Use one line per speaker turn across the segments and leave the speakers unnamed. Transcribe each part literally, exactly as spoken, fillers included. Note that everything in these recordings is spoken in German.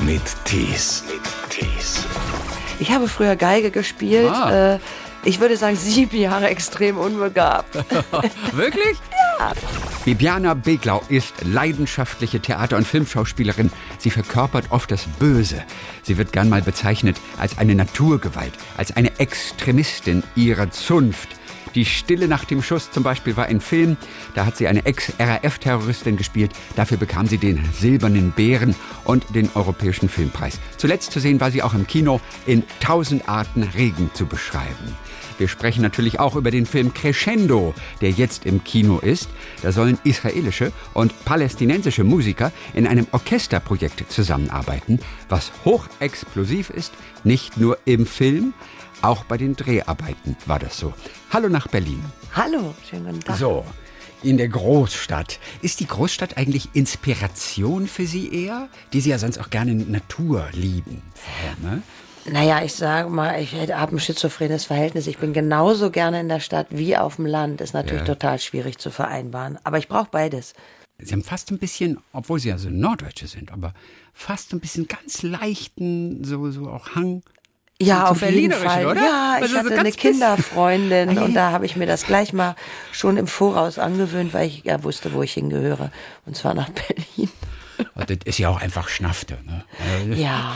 mit Tees. Tees.
Ich habe früher Geige gespielt.
Ah.
Äh, ich würde sagen, sieben Jahre extrem unbegabt.
Wirklich?
Ja.
Bibiana Beglau ist leidenschaftliche Theater- und Filmschauspielerin. Sie verkörpert oft das Böse. Sie wird gern mal bezeichnet als eine Naturgewalt, als eine Extremistin ihrer Zunft. Die Stille nach dem Schuss zum Beispiel war ein Film, da hat sie eine Ex-R A F-Terroristin gespielt. Dafür bekam sie den Silbernen Bären und den Europäischen Filmpreis. Zuletzt zu sehen war sie auch im Kino in Tausend Arten Regen zu beschreiben. Wir sprechen natürlich auch über den Film Crescendo, der jetzt im Kino ist. Da sollen israelische und palästinensische Musiker in einem Orchesterprojekt zusammenarbeiten, was hochexplosiv ist, nicht nur im Film. Auch bei den Dreharbeiten war das so. Hallo nach Berlin.
Hallo, schönen guten Tag.
So, in der Großstadt. Ist die Großstadt eigentlich Inspiration für Sie eher? Die Sie ja sonst auch gerne Natur lieben. Ja, ne?
Naja, ich sage mal, ich habe ein schizophrenes Verhältnis. Ich bin genauso gerne in der Stadt wie auf dem Land. Ist natürlich
Ja.
total schwierig zu vereinbaren. Aber ich brauche beides.
Sie haben fast ein bisschen, obwohl Sie ja so Norddeutsche sind, aber fast ein bisschen ganz leichten, so, so auch Hang.
Ja,
zum
auf jeden
Berlinerischen,
Fall.
oder?
Ja, ich
Also so
hatte
ganz
eine
bisschen-
Kinderfreundin
Ah,
und
ja.
da habe ich mir das gleich mal schon im Voraus angewöhnt, weil ich ja wusste, wo ich hingehöre. Und zwar nach Berlin.
Das ist ja auch einfach Schnafte. Ne?
Ja.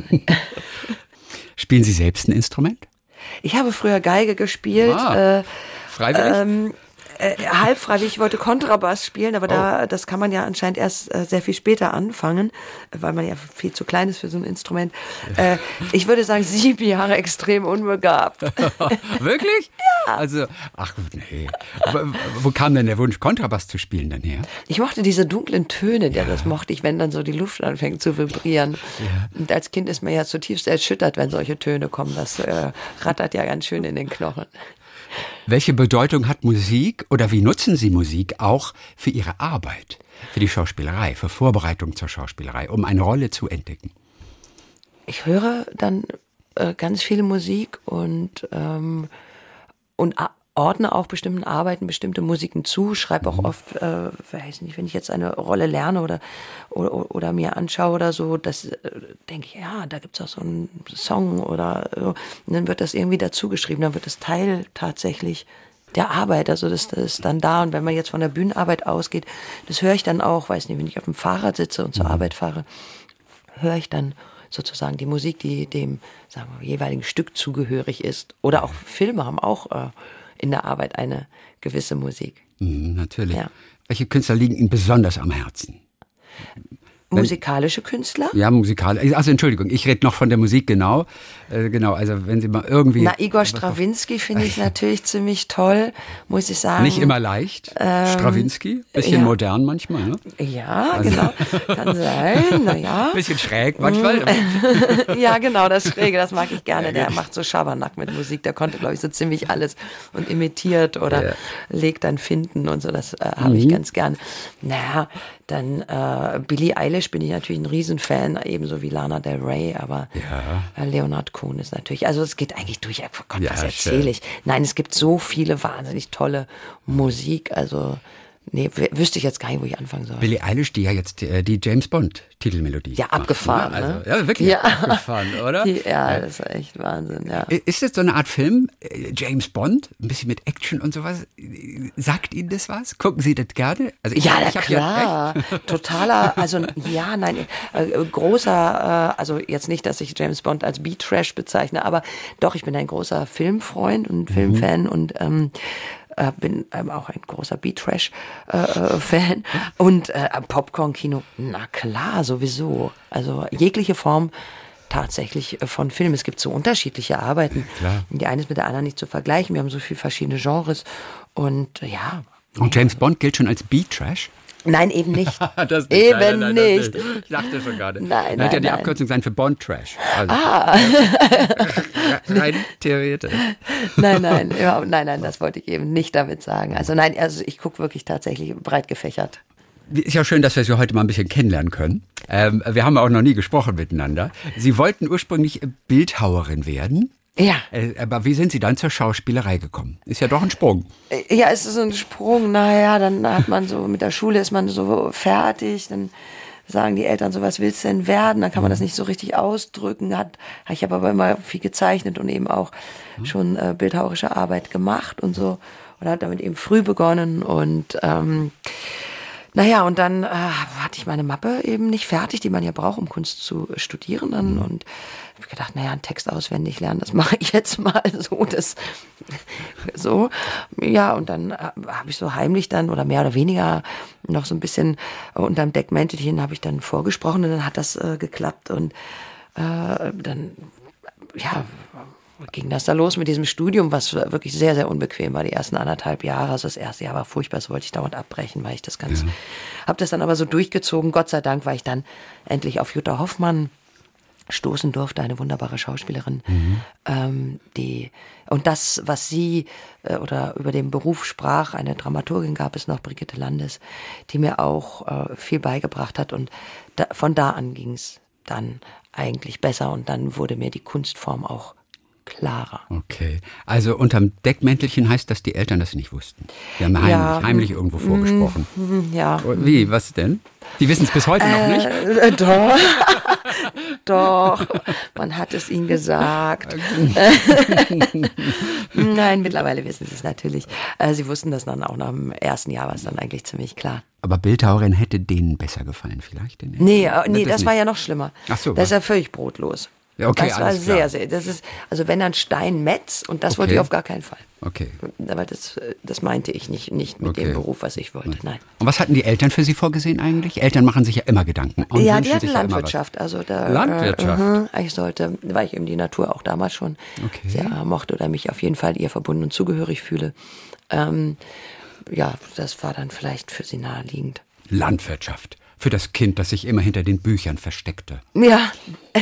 Spielen Sie selbst ein Instrument?
Ich habe früher Geige gespielt.
Ah,
äh,
Freiwillig?
ähm, äh, halb freiwillig. Ich wollte Kontrabass spielen, aber
Oh.
da, das kann man ja anscheinend erst äh, sehr viel später anfangen, weil man ja viel zu klein ist für so ein Instrument. Äh, ich würde sagen, sieben Jahre extrem unbegabt.
Wirklich? Ja. Also, ach gut, nee. Wo, wo kam denn der Wunsch, Kontrabass zu spielen dann her?
Ich mochte diese dunklen Töne, ja, das mochte ich, wenn dann so die Luft anfängt zu vibrieren.
Ja.
Und als Kind ist man ja zutiefst erschüttert, wenn solche Töne kommen. Das äh, rattert ja ganz schön in den Knochen.
Welche Bedeutung hat Musik oder wie nutzen Sie Musik auch für Ihre Arbeit, für die Schauspielerei, für Vorbereitung zur Schauspielerei, um eine Rolle zu entdecken?
Ich höre dann äh, ganz viel Musik und, ähm, und a- ordne auch bestimmten Arbeiten bestimmte Musiken zu, schreibe auch oft, äh, weiß nicht, wenn ich jetzt eine Rolle lerne oder, oder, oder mir anschaue oder so, das äh, denke ich, ja, da gibt's auch so einen Song oder so. Und dann wird das irgendwie dazu geschrieben, dann wird das Teil tatsächlich der Arbeit, also das, das ist dann da. Und wenn man jetzt von der Bühnenarbeit ausgeht, das höre ich dann auch, weiß nicht, wenn ich auf dem Fahrrad sitze und zur Arbeit fahre, höre ich dann sozusagen die Musik, die dem, sagen wir, jeweiligen Stück zugehörig ist. Oder auch Filme haben auch äh, in der Arbeit eine gewisse Musik.
Mhm, natürlich.
Ja.
Welche Künstler liegen Ihnen besonders am Herzen?
Musikalische Künstler?
Ja, musikal. Also Entschuldigung, ich rede noch von der Musik, genau. Äh, genau, also wenn Sie mal irgendwie...
Na, Igor Strawinski finde ich natürlich ziemlich toll, muss ich sagen.
Nicht immer leicht. Strawinski, bisschen
ja.
modern manchmal, ne?
Ja, genau, kann sein, naja.
Bisschen schräg manchmal.
Ja, genau, das Schräge, das mag ich gerne. Der macht so Schabernack mit Musik, der konnte, glaube ich, so ziemlich alles und imitiert oder
Ja.
legt dann Finden und so, das äh, habe ich ganz gern. Naja, dann äh, Billie Eilish bin ich natürlich ein Riesenfan, ebenso wie Lana Del Rey, aber
Ja.
äh, Leonard Cohen ist natürlich, also es geht eigentlich durch, oh Gott,
Ja,
was erzähle
schön.
ich? Nein, es gibt so viele wahnsinnig tolle Musik, also nee, w- wüsste ich jetzt gar nicht, wo ich anfangen soll.
Billie Eilish, die ja jetzt äh, die James Bond Titelmelodie
Ja,
macht,
abgefahren,
ne? Also,
ne?
ja, wirklich
Ja.
abgefahren, oder?
Ja, das ist echt Wahnsinn, ja.
Ist das so eine Art Film, äh, James Bond, ein bisschen mit Action und sowas? Sagt Ihnen das was? Gucken Sie das gerne? Also ich,
Ja, na
ich hab
klar, totaler, also ja, nein, äh, großer, äh, also jetzt nicht, dass ich James Bond als B-Trash bezeichne, aber doch, ich bin ein großer Filmfreund und Filmfan und ähm, äh, bin ähm, auch ein großer B-Trash-Fan und äh, Popcorn-Kino, na klar, sowieso, also jegliche Form tatsächlich äh, von Film. Es gibt so unterschiedliche Arbeiten.
Klar.
Die eine ist mit der anderen nicht zu vergleichen. Wir haben so viele verschiedene Genres und äh, ja.
Und James Bond gilt schon als B-Trash?
Nein, eben nicht.
Das
Eben
nein, nein, nein, das
nicht.
Ich dachte schon gerade.
Nein,
Das hat ja
nein,
die
nein.
Abkürzung sein für Bond-Trash. Also,
Ah,
rein theoretisch.
nein, nein, überhaupt, nein, nein, das wollte ich eben nicht damit sagen. Also nein, also ich gucke wirklich tatsächlich breit gefächert.
Ist ja schön, dass wir Sie heute mal ein bisschen kennenlernen können. Ähm, wir haben auch noch nie gesprochen miteinander. Sie wollten ursprünglich Bildhauerin werden.
Ja.
Äh, aber wie sind Sie dann zur Schauspielerei gekommen? Ist ja doch ein Sprung.
Ja, es ist so ein Sprung, naja, dann hat man so, mit der Schule ist man so fertig, dann sagen die Eltern so, was willst du denn werden? Dann kann man das nicht so richtig ausdrücken. Hat, ich habe aber immer viel gezeichnet und eben auch schon äh, bildhauerische Arbeit gemacht und so. Und hat damit eben früh begonnen und ähm, naja, und dann äh, hatte ich meine Mappe eben nicht fertig, die man ja braucht, um Kunst zu studieren. Dann, und ich habe gedacht, naja, einen Text auswendig lernen, das mache ich jetzt mal so. Das, so, ja, und dann äh, habe ich so heimlich dann oder mehr oder weniger noch so ein bisschen unterm Deckmäntelchen habe ich dann vorgesprochen und dann hat das äh, geklappt. Und äh, dann, ja, ging das da los mit diesem Studium, was wirklich sehr, sehr unbequem war, die ersten anderthalb Jahre. Also das erste Jahr war furchtbar, das wollte ich dauernd abbrechen, weil ich das Ganze, ja. habe das dann aber so durchgezogen. Gott sei Dank, weil ich dann endlich auf Jutta Hoffmann stoßen durfte, eine wunderbare Schauspielerin, mhm. ähm, die, und das, was sie äh, oder über den Beruf sprach, eine Dramaturgin gab es noch, Brigitte Landes, die mir auch äh, viel beigebracht hat und da, von da an ging es dann eigentlich besser und dann wurde mir die Kunstform auch klarer.
Okay, also unterm Deckmäntelchen heißt, dass die Eltern das nicht wussten. Die haben heimlich, ja, heimlich irgendwo vorgesprochen.
Ja.
Wie, was denn? Die wissen es bis heute äh, noch nicht?
Äh, doch, doch, man hat es ihnen gesagt. Nein, mittlerweile wissen sie es natürlich. Äh, sie wussten das dann auch nach dem ersten Jahr, war es dann eigentlich ziemlich klar.
Aber Bildhauerin hätte denen besser gefallen vielleicht? Denn
nee, äh, nee, das, das war ja noch schlimmer.
Ach so.
Das ist ja völlig brotlos.
Ja, okay,
das war
alles
sehr,
klar.
sehr, das ist, also wenn dann Steinmetz und das
okay.
wollte ich auf gar keinen Fall.
Okay.
Aber das, das meinte ich nicht, nicht mit
okay.
dem Beruf, was ich wollte, nein.
Und was hatten die Eltern für Sie vorgesehen eigentlich? Eltern machen sich ja immer Gedanken. Und
ja, die hatten Landwirtschaft. Ja also da,
Landwirtschaft?
Äh, ich sollte, weil ich eben die Natur auch damals schon okay. sehr mochte oder mich auf jeden Fall ihr verbunden und zugehörig fühle. Ähm, ja, das war dann vielleicht für sie naheliegend.
Landwirtschaft. Für das Kind, das sich immer hinter den Büchern versteckte.
Ja,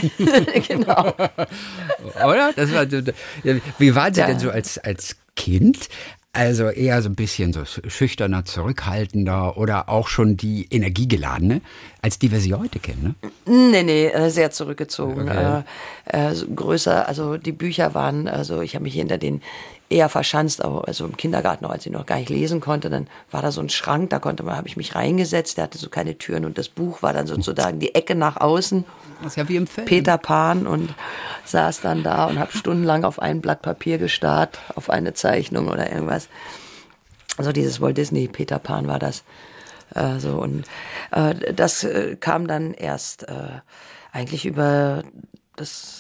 genau.
Oder? Das war, wie waren Sie
ja.
denn so als, als Kind? Also eher so ein bisschen so schüchterner, zurückhaltender oder auch schon die energiegeladene, als die wir sie heute kennen, ne?
Nee, nee, sehr zurückgezogen. Okay. Äh, äh, so größer, also die Bücher waren, also ich habe mich hinter den eher verschanzt, auch, also im Kindergarten, als ich noch gar nicht lesen konnte, dann war da so ein Schrank, da konnte man, habe ich mich reingesetzt, der hatte so keine Türen und das Buch war dann sozusagen die Ecke nach außen.
Das ist ja wie im Film.
Peter Pan und saß dann da und habe stundenlang auf ein Blatt Papier gestarrt, auf eine Zeichnung oder irgendwas. Also dieses Walt Disney Peter Pan war das. Äh, so und äh, das äh, kam dann erst äh, eigentlich über das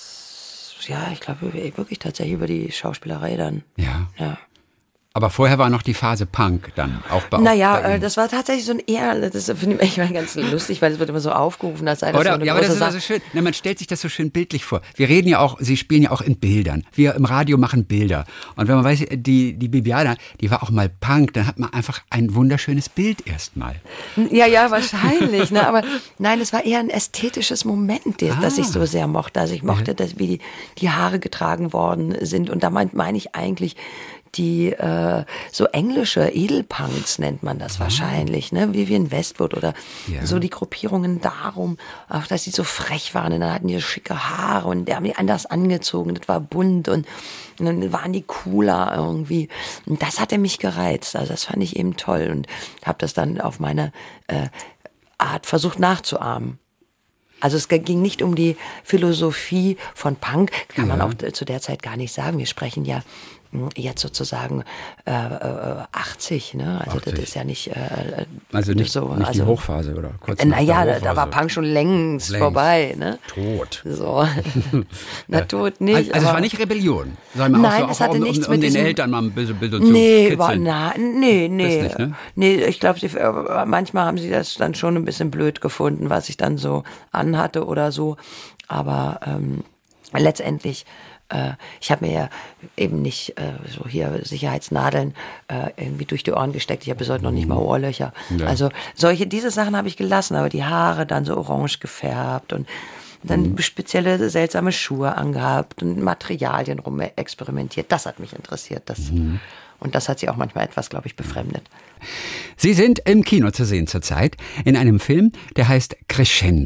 ja, ich glaube wirklich tatsächlich über die Schauspielerei dann.
Ja.
ja.
Aber vorher war noch die Phase Punk dann auch bei
Naja,
bei
äh, das war tatsächlich so ein eher, das finde ich manchmal ganz lustig, weil es wird immer so aufgerufen, als sei das
Oder,
so eine
ja, aber das ist
Sache.
so schön. Na, man stellt sich das so schön bildlich vor. Wir reden ja auch, Sie spielen ja auch in Bildern. Wir im Radio machen Bilder. Und wenn man weiß, die, die Bibiana, die war auch mal Punk, dann hat man einfach ein wunderschönes Bild erstmal.
Ja, ja, wahrscheinlich. Ne? Aber nein, es war eher ein ästhetisches Moment, das, ah. das ich so sehr mochte. Also ich mochte, ja. dass, wie die, die Haare getragen worden sind. Und da meine mein ich eigentlich die äh, so englische Edelpunks nennt man das wahrscheinlich, ne? Vivienne Westwood oder ja. so die Gruppierungen darum, auch dass sie so frech waren und dann hatten die schicke Haare und die haben die anders angezogen, das war bunt und, und dann waren die cooler irgendwie. Und das hatte mich gereizt, also das fand ich eben toll und habe das dann auf meine äh, Art versucht nachzuahmen. Also es ging nicht um die Philosophie von Punk, kann ja. man auch zu der Zeit gar nicht sagen. Wir sprechen ja jetzt sozusagen äh, achtzig, ne? Also achtzig. Das ist ja nicht äh,
also nicht,
so,
nicht
also,
die Hochphase oder kurz
äh,
nach
naja,
der
da, da war Punk schon längst, längst. vorbei, ne?
Tot.
So. Na tot nicht.
Also es war nicht Rebellion, sagen wir
nein,
auch so,
es hatte
auch um,
nichts
um, um
mit
den
diesem,
Eltern mal ein bisschen, bisschen
nee,
zu
war,
kitzeln.
na, nee, nee,
nicht, ne?
nee, ich glaube, manchmal haben sie das dann schon ein bisschen blöd gefunden, was ich dann so anhatte oder so, aber ähm, letztendlich Äh, ich habe mir ja eben nicht äh, so hier Sicherheitsnadeln äh, irgendwie durch die Ohren gesteckt. Ich habe bis heute noch nicht mal Ohrlöcher. Ja. Also solche, diese Sachen habe ich gelassen, aber die Haare dann so orange gefärbt und dann mhm. spezielle seltsame Schuhe angehabt und Materialien rum experimentiert. Das hat mich interessiert. Das, mhm. Und das hat sie auch manchmal etwas, glaube ich, befremdet.
Sie sind im Kino zu sehen zurzeit in einem Film, der heißt Crescendo.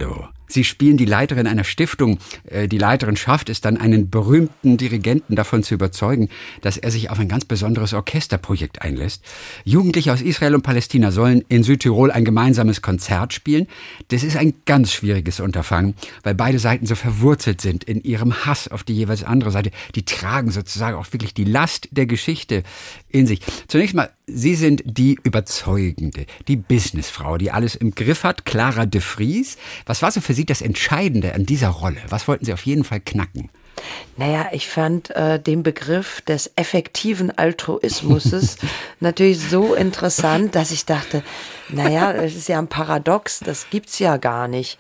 Sie spielen die Leiterin einer Stiftung. Die Leiterin schafft es dann, einen berühmten Dirigenten davon zu überzeugen, dass er sich auf ein ganz besonderes Orchesterprojekt einlässt. Jugendliche aus Israel und Palästina sollen in Südtirol ein gemeinsames Konzert spielen. Das ist ein ganz schwieriges Unterfangen, weil beide Seiten so verwurzelt sind in ihrem Hass auf die jeweils andere Seite. Die tragen sozusagen auch wirklich die Last der Geschichte in sich. Zunächst mal, Sie sind die Überzeugende, die Businessfrau, die alles im Griff hat, Clara de Vries. Was war so für Sie das Entscheidende an dieser Rolle? Was wollten Sie auf jeden Fall knacken?
Naja, ich fand äh, den Begriff des effektiven Altruismus natürlich so interessant, dass ich dachte, naja, das ist ja ein Paradox, das gibt's ja gar nicht.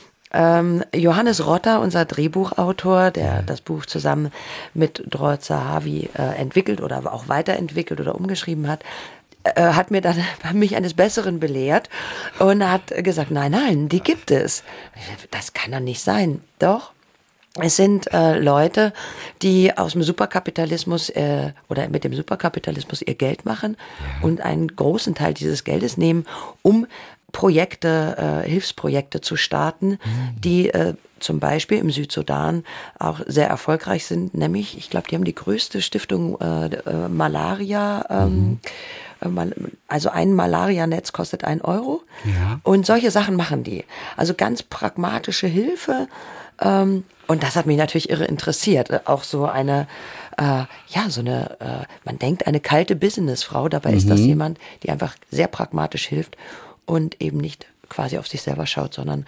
Ähm, Johannes Rotter, unser Drehbuchautor, der das Buch zusammen mit Dror Zahavi äh, entwickelt oder auch weiterentwickelt oder umgeschrieben hat, äh, hat mir dann mich eines Besseren belehrt und hat gesagt, nein, nein, die gibt es. Das kann doch nicht sein. Doch. Es sind äh, Leute, die aus dem Superkapitalismus äh, oder mit dem Superkapitalismus ihr Geld machen ja. und einen großen Teil dieses Geldes nehmen, um Projekte, äh, Hilfsprojekte zu starten, mhm. die äh, zum Beispiel im Südsudan auch sehr erfolgreich sind. Nämlich, ich glaube, die haben die größte Stiftung äh, äh, Malaria. Ähm, mhm. Also ein Malaria-Netz kostet ein Euro. Ja. Und solche Sachen machen die. Also ganz pragmatische Hilfe. Ähm, und das hat mich natürlich irre interessiert. Auch so eine, äh, ja, so eine, äh, man denkt, eine kalte Businessfrau. Dabei mhm. ist das jemand, die einfach sehr pragmatisch hilft und eben nicht quasi auf sich selber schaut, sondern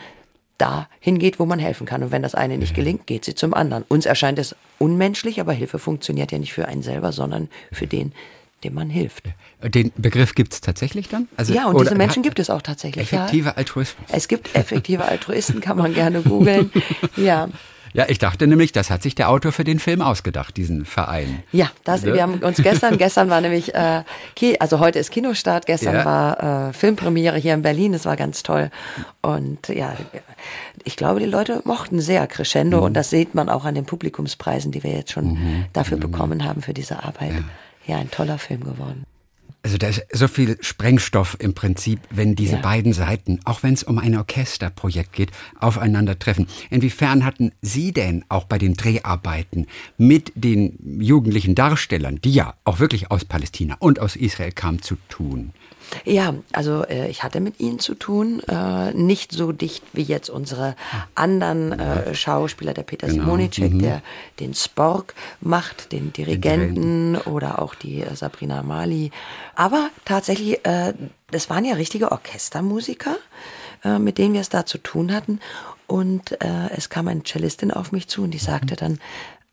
dahin geht, wo man helfen kann. Und wenn das eine nicht gelingt, geht sie zum anderen. Uns erscheint es unmenschlich, aber Hilfe funktioniert ja nicht für einen selber, sondern für den, dem man hilft.
Den Begriff gibt es tatsächlich dann?
Also, ja, und diese Menschen gibt es auch tatsächlich.
Effektiver
ja.
Altruismus.
Es gibt effektive Altruisten, kann man gerne googeln. Ja.
Ja, ich dachte nämlich, das hat sich der Autor für den Film ausgedacht, diesen Verein.
Ja, das, wir haben uns gestern, gestern war nämlich, äh, also heute ist Kinostart, gestern ja. war äh, Filmpremiere hier in Berlin, das war ganz toll. Und ja, ich glaube, die Leute mochten sehr Crescendo mhm. und das sieht man auch an den Publikumspreisen, die wir jetzt schon mhm. dafür mhm. bekommen haben für diese Arbeit. Ja. ja, ein toller Film geworden.
Also da ist so viel Sprengstoff im Prinzip, wenn diese ja. beiden Seiten, auch wenn es um ein Orchesterprojekt geht, aufeinandertreffen. Inwiefern hatten Sie denn auch bei den Dreharbeiten mit den jugendlichen Darstellern, die ja auch wirklich aus Palästina und aus Israel kamen, zu tun?
Ja, also äh, ich hatte mit ihnen zu tun, äh, nicht so dicht wie jetzt unsere anderen äh, Schauspieler, der Peter genau. Simonicek, mhm. der den Spork macht, den Dirigenten den oder auch die äh, Sabrina Mali. Aber tatsächlich, äh, das waren ja richtige Orchestermusiker, äh, mit denen wir es da zu tun hatten. Und äh, es kam eine Cellistin auf mich zu und die mhm. sagte dann,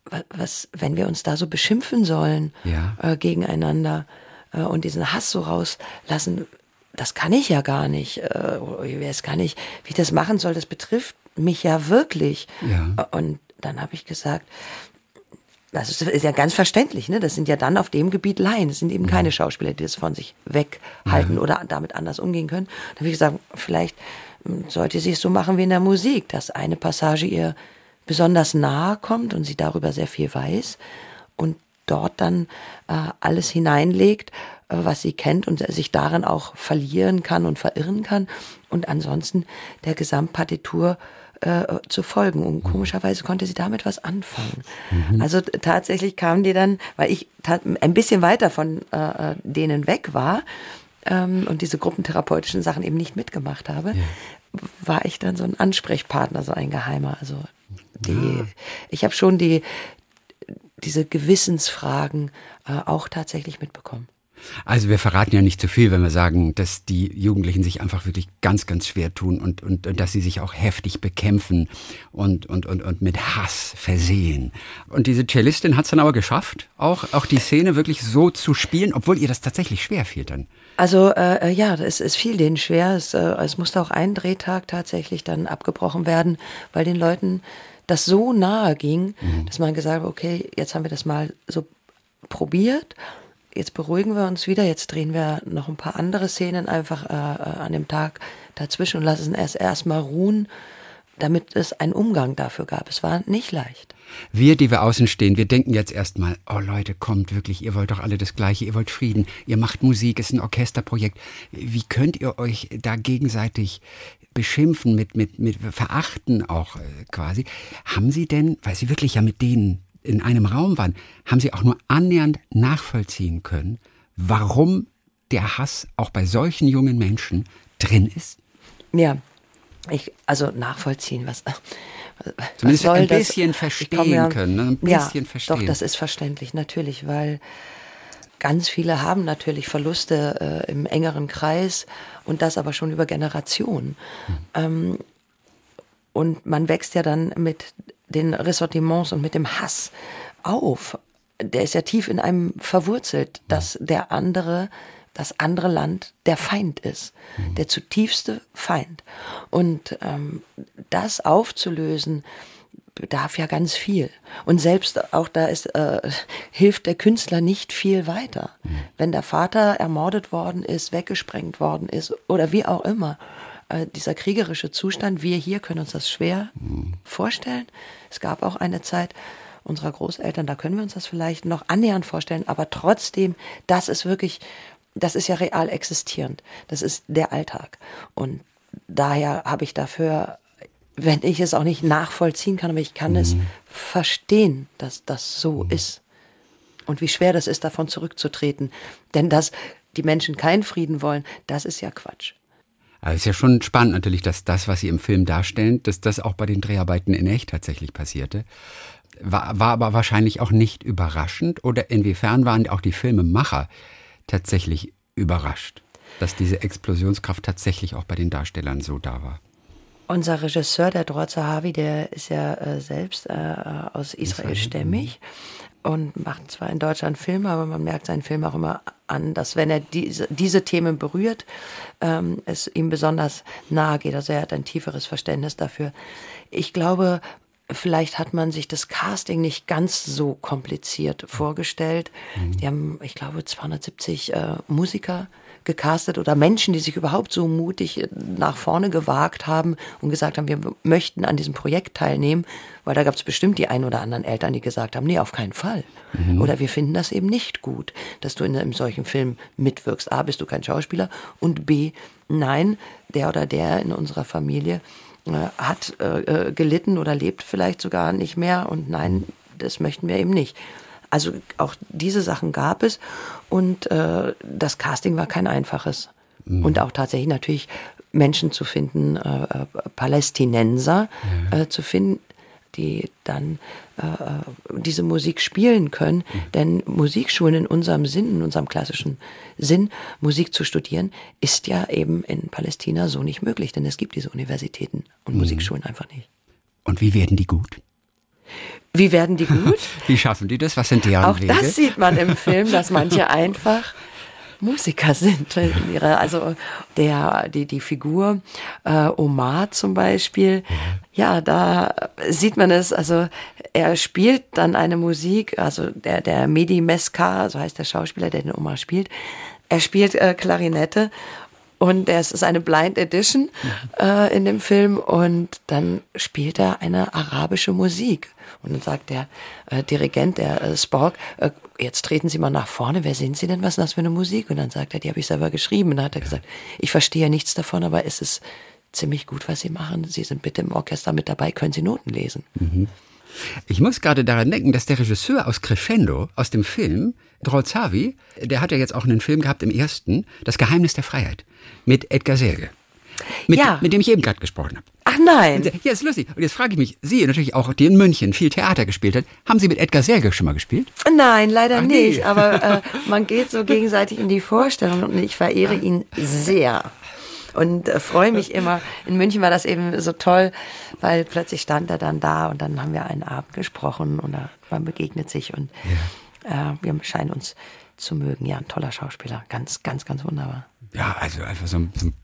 was, wenn wir uns da so beschimpfen sollen ja. äh, gegeneinander, und diesen Hass so rauslassen, das kann ich ja gar nicht. Ich weiß gar nicht, wie ich das machen soll. Das betrifft mich ja wirklich. Ja. Und dann habe ich gesagt, das ist, ist ja ganz verständlich, ne? Das sind ja dann auf dem Gebiet Laien. Das sind eben keine Schauspieler, die das von sich weghalten ja. oder damit anders umgehen können. Dann habe ich gesagt, vielleicht sollte sie es so machen wie in der Musik, dass eine Passage ihr besonders nahe kommt und sie darüber sehr viel weiß und dort dann äh, alles hineinlegt, äh, was sie kennt und sich darin auch verlieren kann und verirren kann und ansonsten der Gesamtpartitur äh, zu folgen. Und komischerweise konnte sie damit was anfangen. Mhm. Also t- tatsächlich kamen die dann, weil ich ta- ein bisschen weiter von äh, denen weg war ähm, und diese gruppentherapeutischen Sachen eben nicht mitgemacht habe, ja. war ich dann so ein Ansprechpartner, so ein Geheimer. Also die, ja. ich habe schon die diese Gewissensfragen äh, auch tatsächlich mitbekommen.
Also wir verraten ja nicht zu viel, wenn wir sagen, dass die Jugendlichen sich einfach wirklich ganz, ganz schwer tun und, und, und dass sie sich auch heftig bekämpfen und, und, und, und mit Hass versehen. Und diese Cellistin hat es dann aber geschafft, auch, auch die Szene wirklich so zu spielen, obwohl ihr das tatsächlich schwer fiel dann.
Also äh, ja, es, es fiel denen schwer. Es, äh, es musste auch ein Drehtag tatsächlich dann abgebrochen werden, weil den Leuten das so nahe ging, mhm. dass man gesagt hat, okay, jetzt haben wir das mal so probiert, jetzt beruhigen wir uns wieder, jetzt drehen wir noch ein paar andere Szenen einfach äh, an dem Tag dazwischen und lassen es erst erstmal ruhen. damit es einen Umgang dafür gab. Es war nicht leicht.
Wir, die wir außen stehen, wir denken jetzt erstmal, oh Leute, kommt wirklich, ihr wollt doch alle das Gleiche, ihr wollt Frieden, ihr macht Musik, ist ein Orchesterprojekt. Wie könnt ihr euch da gegenseitig beschimpfen, mit, mit, mit verachten auch äh, quasi? Haben Sie denn, weil Sie wirklich ja mit denen in einem Raum waren, haben Sie auch nur annähernd nachvollziehen können, warum der Hass auch bei solchen jungen Menschen drin ist?
Ja, ich, also nachvollziehen, was...
Zumindest
was soll
ein bisschen
das?
verstehen
ja,
können. Ne? Ein bisschen
ja,
verstehen.
Doch, das ist verständlich, natürlich, weil ganz viele haben natürlich Verluste äh, im engeren Kreis und das aber schon über Generationen. Hm. Ähm, und man wächst ja dann mit den Ressentiments und mit dem Hass auf. Der ist ja tief in einem verwurzelt, dass der andere... das andere Land der Feind ist, mhm. der zutiefste Feind. Und ähm, das aufzulösen, bedarf ja ganz viel. Und selbst auch da ist, äh, hilft der Künstler nicht viel weiter. Mhm. Wenn der Vater ermordet worden ist, weggesprengt worden ist oder wie auch immer, äh, dieser kriegerische Zustand, wir hier können uns das schwer mhm. vorstellen. Es gab auch eine Zeit unserer Großeltern, da können wir uns das vielleicht noch annähernd vorstellen, aber trotzdem, das ist wirklich... Das ist ja real existierend. Das ist der Alltag. Und daher habe ich dafür, wenn ich es auch nicht nachvollziehen kann, aber ich kann mhm. es verstehen, dass das so mhm. ist. Und wie schwer das ist, davon zurückzutreten. Denn dass die Menschen keinen Frieden wollen, das ist ja Quatsch.
Also es ist ja schon spannend natürlich, dass das, was Sie im Film darstellen, dass das auch bei den Dreharbeiten in echt tatsächlich passierte. War, war aber wahrscheinlich auch nicht überraschend. Oder inwiefern waren auch die Filmemacher tatsächlich überrascht, dass diese Explosionskraft tatsächlich auch bei den Darstellern so da war?
Unser Regisseur, der Dror Zahavi, der ist ja äh, selbst äh, aus Israel stämmig und macht zwar in Deutschland Filme, aber man merkt seinen Film auch immer an, dass wenn er diese, diese Themen berührt, ähm, es ihm besonders nahe geht. Also er hat ein tieferes Verständnis dafür. Ich glaube, vielleicht hat man sich das Casting nicht ganz so kompliziert vorgestellt. Mhm. Die haben, ich glaube, zweihundertsiebzig äh, Musiker gecastet oder Menschen, die sich überhaupt so mutig nach vorne gewagt haben und gesagt haben, wir möchten an diesem Projekt teilnehmen, weil da gab es bestimmt die ein oder anderen Eltern, die gesagt haben, nee, auf keinen Fall. Mhm. Oder wir finden das eben nicht gut, dass du in einem solchen Film mitwirkst. A, bist du kein Schauspieler und B, nein, der oder der in unserer Familie hat äh, gelitten oder lebt vielleicht sogar nicht mehr und nein, das möchten wir eben nicht. Also auch diese Sachen gab es und äh, das Casting war kein einfaches. Mhm. Und auch tatsächlich natürlich Menschen zu finden, äh, Palästinenser ja. äh, zu finden, die dann äh, diese Musik spielen können. Mhm. Denn Musikschulen in unserem Sinn, in unserem klassischen Sinn, Musik zu studieren, ist ja eben in Palästina so nicht möglich. Denn es gibt diese Universitäten und mhm. Musikschulen einfach nicht.
Und wie werden die gut?
Wie werden die gut?
Wie schaffen die das? Was sind deren
Auch
Wege?
das sieht man im Film, dass manche einfach Musiker sind. In ihrer, also der, die, die Figur äh, Omar zum Beispiel, ja, da sieht man es, also er spielt dann eine Musik, also der, der Mehdi Meskar, so heißt der Schauspieler, der den Omar spielt, er spielt äh, Klarinette und es ist eine Blind Edition äh, in dem Film und dann spielt er eine arabische Musik. Und dann sagt der äh, Dirigent, der äh, Spork, äh, jetzt treten Sie mal nach vorne, wer sind Sie denn, was ist das für eine Musik? Und dann sagt er, die habe ich selber geschrieben. Und dann hat er gesagt, ich verstehe nichts davon, aber es ist ziemlich gut, was Sie machen. Sie sind bitte im Orchester mit dabei, können Sie Noten lesen.
Mhm. Ich muss gerade daran denken, dass der Regisseur aus Crescendo, aus dem Film, Dror Zahavi, der hat ja jetzt auch einen Film gehabt im ersten, Das Geheimnis der Freiheit, mit Edgar Selge. Mit,
ja.
mit dem ich eben gerade gesprochen habe.
Ach nein.
Ja, ist lustig. Und jetzt frage ich mich, Sie natürlich auch, die in München viel Theater gespielt hat, haben Sie mit Edgar Selge schon mal gespielt?
Nein, leider
Ach,
nicht.
nee.
Aber äh, man geht so gegenseitig in die Vorstellung und ich verehre ihn sehr. Und äh, freue mich immer. In München war das eben so toll, weil plötzlich stand er dann da und dann haben wir einen Abend gesprochen und man begegnet sich und ja. äh, wir scheinen uns zu mögen. Ja, ein toller Schauspieler. Ganz, ganz, ganz wunderbar.
Ja, also einfach so ein, so ein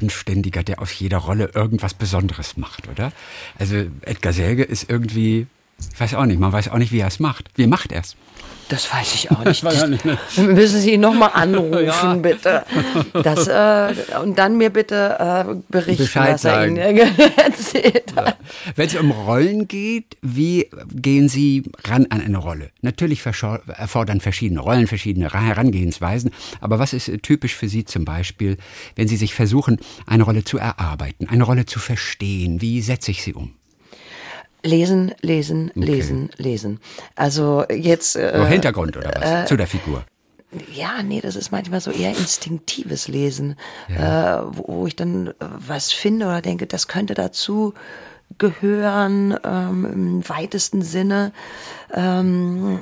Bodenständiger, der aus jeder Rolle irgendwas Besonderes macht, oder? Also Edgar Selge ist irgendwie Ich weiß auch nicht, man weiß auch nicht, wie er es macht. Wie macht er es?
Das weiß ich auch nicht.
Das war nicht, ne?
Müssen Sie ihn nochmal anrufen,
Ja.
bitte. Das, äh, und dann mir bitte äh, berichten,
Bescheid
was er Ihnen
sagen.
erzählt hat.
Wenn es um Rollen geht, wie gehen Sie ran an eine Rolle? Natürlich verschau- erfordern verschiedene Rollen, verschiedene Herangehensweisen. Aber was ist typisch für Sie zum Beispiel, wenn Sie sich versuchen, eine Rolle zu erarbeiten, eine Rolle zu verstehen? Wie setze ich sie um?
Lesen, lesen,
Okay.
lesen, lesen. Also jetzt... Äh,
So Hintergrund oder was?
äh,
zu der Figur?
Ja, nee, das ist manchmal so eher instinktives Lesen, ja. äh, wo, wo ich dann äh, was finde oder denke, das könnte dazu gehören, ähm, im weitesten Sinne. Ähm,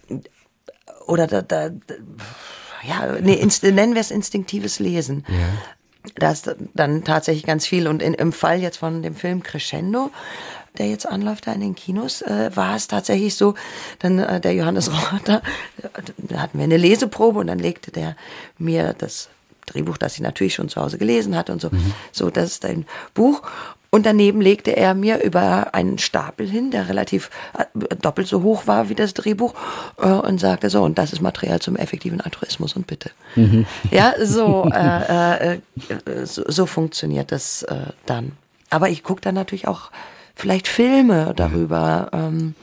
oder da, da, da ja, nee, inst- nennen wir es instinktives Lesen.
Ja.
Da ist dann tatsächlich ganz viel. Und in, im Fall jetzt von dem Film Crescendo, der jetzt anläuft da in den Kinos, äh, war es tatsächlich so, dann äh, der Johannes Rotter, äh, da hatten wir eine Leseprobe und dann legte der mir das Drehbuch, das ich natürlich schon zu Hause gelesen hatte und so, mhm. so, das ist ein Buch. Und daneben legte er mir über einen Stapel hin, der relativ äh, doppelt so hoch war wie das Drehbuch, äh, und sagte so, und das ist Material zum effektiven Altruismus und bitte. Mhm. Ja, so, äh, äh, so, so funktioniert das äh, dann. Aber ich gucke dann natürlich auch vielleicht Filme darüber, ähm,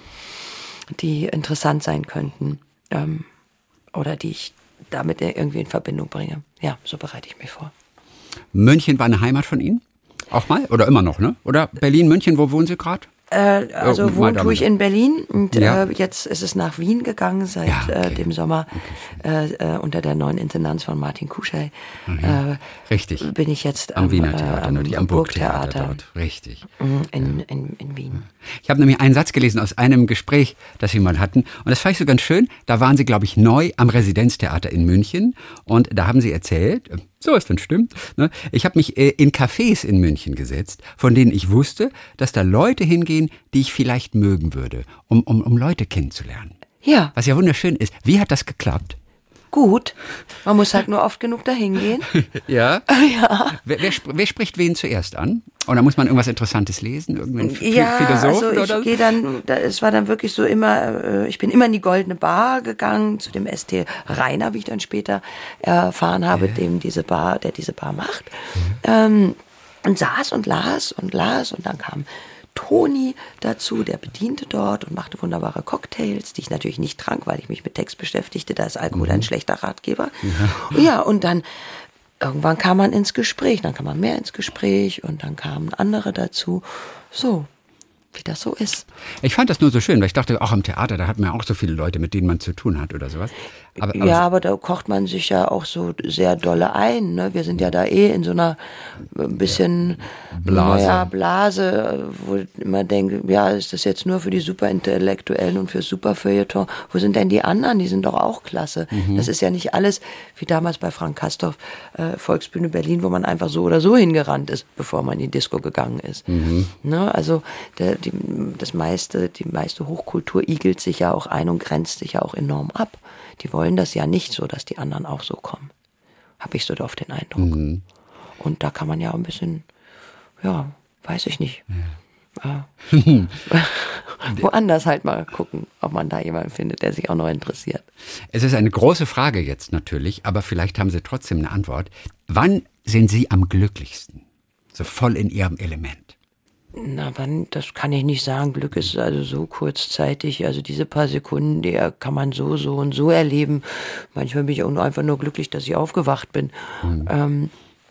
die interessant sein könnten, ähm, oder die ich damit irgendwie in Verbindung bringe. Ja, so bereite ich mich vor.
München war eine Heimat von Ihnen? Auch mal? Oder immer noch, ne? Oder Berlin, München, wo wohnen Sie gerade?
Äh, also
oh,
wohnen tue ich in Berlin und
ja.
äh, jetzt ist es nach Wien gegangen seit ja, okay. äh, dem Sommer okay. äh, unter der neuen Intendanz von Martin Kuschei.
Mhm.
Äh,
Richtig.
Bin ich jetzt
am,
am
Wiener Theater,
äh, am,
die
am
Burgtheater
Burgtheater
dort. Richtig.
In, in, in Wien.
Ich habe nämlich einen Satz gelesen aus einem Gespräch, das Sie mal hatten. Und das fand ich so ganz schön. Da waren Sie, glaube ich, neu am Residenztheater in München. Und da haben Sie erzählt, so ist denn stimmt, ne? Ich habe mich äh, in Cafés in München gesetzt, von denen ich wusste, dass da Leute hingehen, die ich vielleicht mögen würde, um, um, um Leute kennenzulernen.
Ja.
Was ja wunderschön ist. Wie hat das geklappt?
Gut. Man muss halt nur oft genug dahin gehen.
Ja?
Ja.
Wer, wer, wer spricht wen zuerst an? Oder muss man irgendwas Interessantes lesen? Irgendein
ja,
Philosophen
also ich
oder?
gehe dann, da, es war dann wirklich so immer, ich bin immer in die Goldene Bar gegangen, zu dem S T Rainer, wie ich dann später erfahren habe, ja. dem diese Bar, der diese Bar macht. Ja. Ähm, und saß und las und las und dann kam Toni dazu, der bediente dort und machte wunderbare Cocktails, die ich natürlich nicht trank, weil ich mich mit Text beschäftigte, da ist Alkohol mhm. ein schlechter Ratgeber. Ja. ja, und dann irgendwann kam man ins Gespräch, dann kam man mehr ins Gespräch und dann kamen andere dazu. So, wie das so ist.
Ich fand das nur so schön, weil ich dachte, auch am Theater, da hat man ja auch so viele Leute, mit denen man zu tun hat oder sowas. Aber, aber
ja, aber da kocht man sich ja auch so sehr dolle ein. Ne? Wir sind ja da eh in so einer ein bisschen
Blase.
Naja, Blase, wo ich immer denke, ja, ist das jetzt nur für die Superintellektuellen und für Superfeuilleton? Wo sind denn die anderen? Die sind doch auch klasse. Mhm. Das ist ja nicht alles, wie damals bei Frank Castorf, äh, Volksbühne Berlin, wo man einfach so oder so hingerannt ist, bevor man in die Disco gegangen ist. Mhm. Ne? Also der, die, das meiste, die meiste Hochkultur igelt sich ja auch ein und grenzt sich ja auch enorm ab. Die wollen das ja nicht so, dass die anderen auch so kommen. Habe ich so oft den Eindruck. Mhm. Und da kann man ja auch ein bisschen, ja, weiß ich nicht. Ja. Äh, woanders halt mal gucken, ob man da jemanden findet, der sich auch noch interessiert.
Es ist eine große Frage jetzt natürlich, aber vielleicht haben Sie trotzdem eine Antwort. Wann sind Sie am glücklichsten? So voll in Ihrem Element?
Na, wann, das kann ich nicht sagen. Glück ist also so kurzzeitig. Also diese paar Sekunden, die kann man so, so und so erleben. Manchmal bin ich auch nur einfach nur glücklich, dass ich aufgewacht bin. Mhm. Ähm,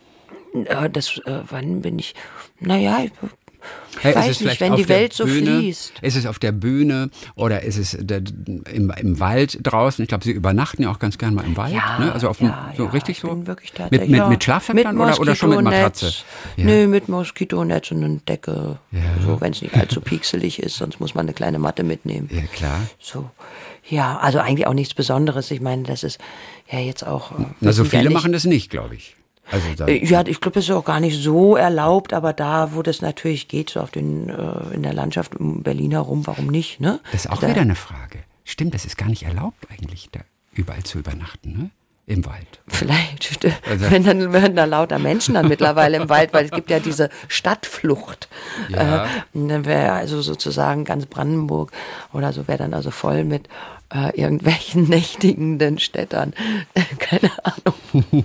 das, äh, wann bin ich, naja, ich, ich hey, weiß nicht, wenn die Welt so
Bühne,
fließt.
Ist es auf der Bühne oder ist es der, im, im Wald draußen? Ich glaube, Sie übernachten ja auch ganz gern mal im Wald.
Ja,
ne? Also auf
ja,
dem, so
ja,
richtig so?
Wirklich tatsächlich,
mit, mit,
ja.
mit Schlafsack oder, oder schon mit Matratze?
Ja. Nö, mit Moskitonetz und einer Decke. Ja. So, wenn es nicht allzu piekselig ist, sonst muss man eine kleine Matte mitnehmen.
Ja, klar.
So. Ja, also eigentlich auch nichts Besonderes. Ich meine, das ist ja jetzt auch...
Na, so viele ja machen das nicht, glaube ich. Also
ja, ich glaube, das ist auch gar nicht so erlaubt, aber da, wo das natürlich geht, so auf den, äh, in der Landschaft um Berlin herum, warum nicht, ne?
Das ist auch
da,
wieder eine Frage. Stimmt, das ist gar nicht erlaubt eigentlich, da überall zu übernachten, ne? im Wald.
Vielleicht, also, wenn dann hören da lauter Menschen dann mittlerweile im Wald, weil es gibt ja diese Stadtflucht.
Ja.
Äh, dann wäre also sozusagen ganz Brandenburg oder so wäre dann also voll mit äh, irgendwelchen nächtigenden Städtern. Keine Ahnung.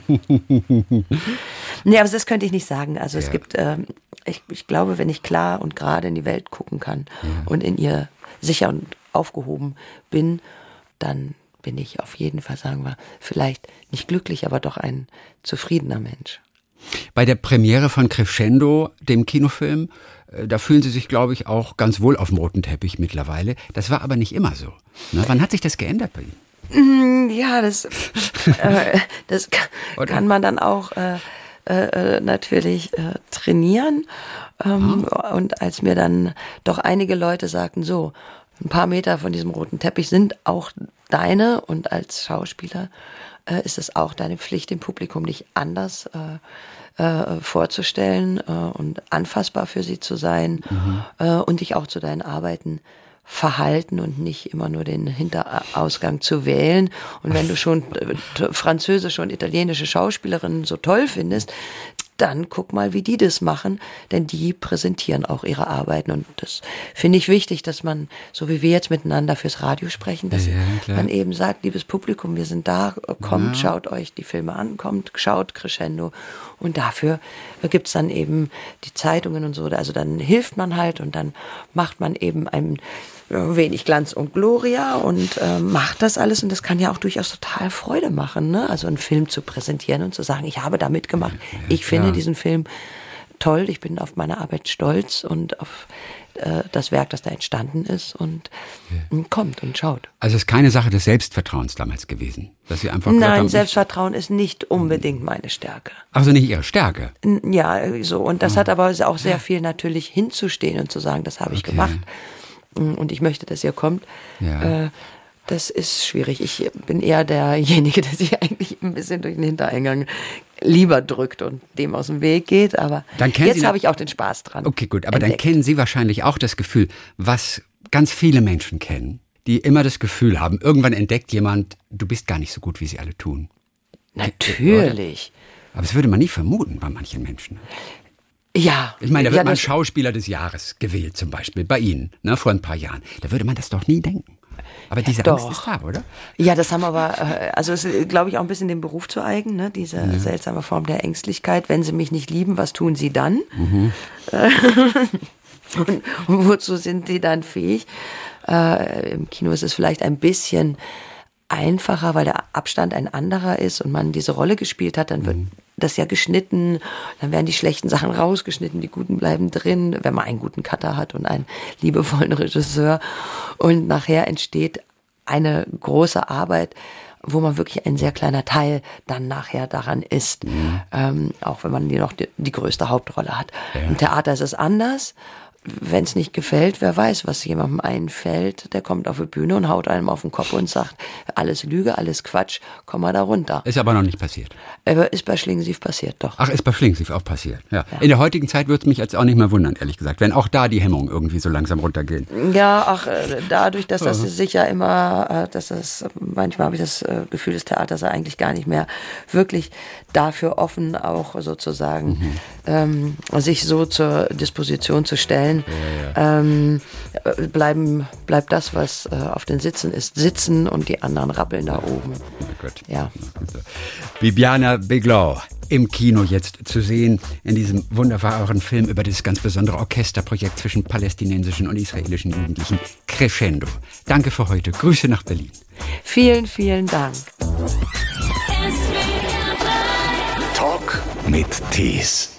Nee, aber das könnte ich nicht sagen. Also es ja. gibt, äh, ich, ich glaube, wenn ich klar und gerade in die Welt gucken kann ja. und in ihr sicher und aufgehoben bin, dann bin ich auf jeden Fall, sagen wir, vielleicht nicht glücklich, aber doch ein zufriedener Mensch.
Bei der Premiere von Crescendo, dem Kinofilm, da fühlen Sie sich, glaube ich, auch ganz wohl auf dem roten Teppich mittlerweile. Das war aber nicht immer so. Na, wann hat sich das geändert bei
Ihnen? Ja, das, äh, das kann, kann man dann auch äh, äh, natürlich äh, trainieren. Ähm, ah. Und als mir dann doch einige Leute sagten, so, ein paar Meter von diesem roten Teppich sind auch deine und als Schauspieler äh, ist es auch deine Pflicht, dem Publikum dich anders äh, äh, vorzustellen äh, und anfassbar für sie zu sein mhm. äh, und dich auch zu deinen Arbeiten verhalten und nicht immer nur den Hinterausgang zu wählen. Und wenn du schon äh, französische und italienische Schauspielerinnen so toll findest, dann guck mal, wie die das machen, denn die präsentieren auch ihre Arbeiten und das finde ich wichtig, dass man, so wie wir jetzt miteinander fürs Radio sprechen, dass ja, man eben sagt, liebes Publikum, wir sind da, kommt, ja. schaut euch die Filme an, kommt, schaut Crescendo und dafür gibt's dann eben die Zeitungen und so, also dann hilft man halt und dann macht man eben ein wenig Glanz und Gloria und äh, macht das alles und das kann ja auch durchaus total Freude machen, ne? Also einen Film zu präsentieren und zu sagen, ich habe da mitgemacht, ja, ich klar. finde diesen Film toll, ich bin auf meine Arbeit stolz und auf äh, das Werk, das da entstanden ist und ja. kommt und schaut.
Also es ist keine Sache des Selbstvertrauens damals gewesen, dass Sie einfach
Nein,
haben,
Selbstvertrauen ist nicht unbedingt meine Stärke.
Also nicht Ihre Stärke?
Ja, so und das oh. hat aber auch sehr viel natürlich hinzustehen und zu sagen, das habe ich okay. gemacht. Und ich möchte, dass ihr kommt. Ja. Äh, das ist schwierig. Ich bin eher derjenige, der sich eigentlich ein bisschen durch den Hintereingang lieber drückt und dem aus dem Weg geht. Aber jetzt habe ich auch den Spaß dran.
Okay, gut. Aber entdeckt. Dann kennen Sie wahrscheinlich auch das Gefühl, was ganz viele Menschen kennen, die immer das Gefühl haben, irgendwann entdeckt jemand, du bist gar nicht so gut, wie sie alle tun.
Natürlich.
Aber das würde man nie vermuten bei manchen Menschen.
Ja.
Ich meine, da wird
ja,
man Schauspieler des Jahres gewählt, zum Beispiel, bei Ihnen, ne, vor ein paar Jahren. Da würde man das doch nie denken. Aber diese
ja,
Angst ist da, oder?
Ja, das haben aber, also es ist, glaube ich, auch ein bisschen dem Beruf zu eigen, ne? Diese ja. seltsame Form der Ängstlichkeit. Wenn Sie mich nicht lieben, was tun Sie dann? Mhm. und, und wozu sind Sie dann fähig? Äh, Im Kino ist es vielleicht ein bisschen einfacher, weil der Abstand ein anderer ist und man diese Rolle gespielt hat, dann wird mhm. das ja geschnitten, dann werden die schlechten Sachen rausgeschnitten, die guten bleiben drin, wenn man einen guten Cutter hat und einen liebevollen Regisseur und nachher entsteht eine große Arbeit, wo man wirklich ein sehr kleiner Teil dann nachher daran ist, mhm. ähm, auch wenn man die noch die, die größte Hauptrolle hat. Ja. Im Theater ist es anders. Wenn es nicht gefällt, wer weiß, was jemandem einfällt, der kommt auf die Bühne und haut einem auf den Kopf und sagt, alles Lüge, alles Quatsch, komm mal da runter.
Ist aber noch nicht passiert.
Aber ist bei Schlingensief passiert, doch.
Ach, ist bei Schlingensief auch passiert, ja. ja. In der heutigen Zeit würde es mich jetzt auch nicht mehr wundern, ehrlich gesagt, wenn auch da die Hemmungen irgendwie so langsam runtergehen.
Ja, ach, dadurch, dass das sicher immer, dass das, manchmal habe ich das Gefühl, das Theater sei eigentlich gar nicht mehr wirklich dafür offen, auch sozusagen mhm. ähm, sich so zur Disposition zu stellen. Ja, ja. Ähm, bleiben, bleibt das, was äh, auf den Sitzen ist, sitzen und die anderen rappeln da oben.
Oh Gott.
Ja.
Bibiana Beglau im Kino jetzt zu sehen in diesem wunderbaren Film über das ganz besondere Orchesterprojekt zwischen palästinensischen und israelischen Jugendlichen Crescendo. Danke für heute. Grüße nach Berlin.
Vielen, vielen Dank.
Talk mit Tees.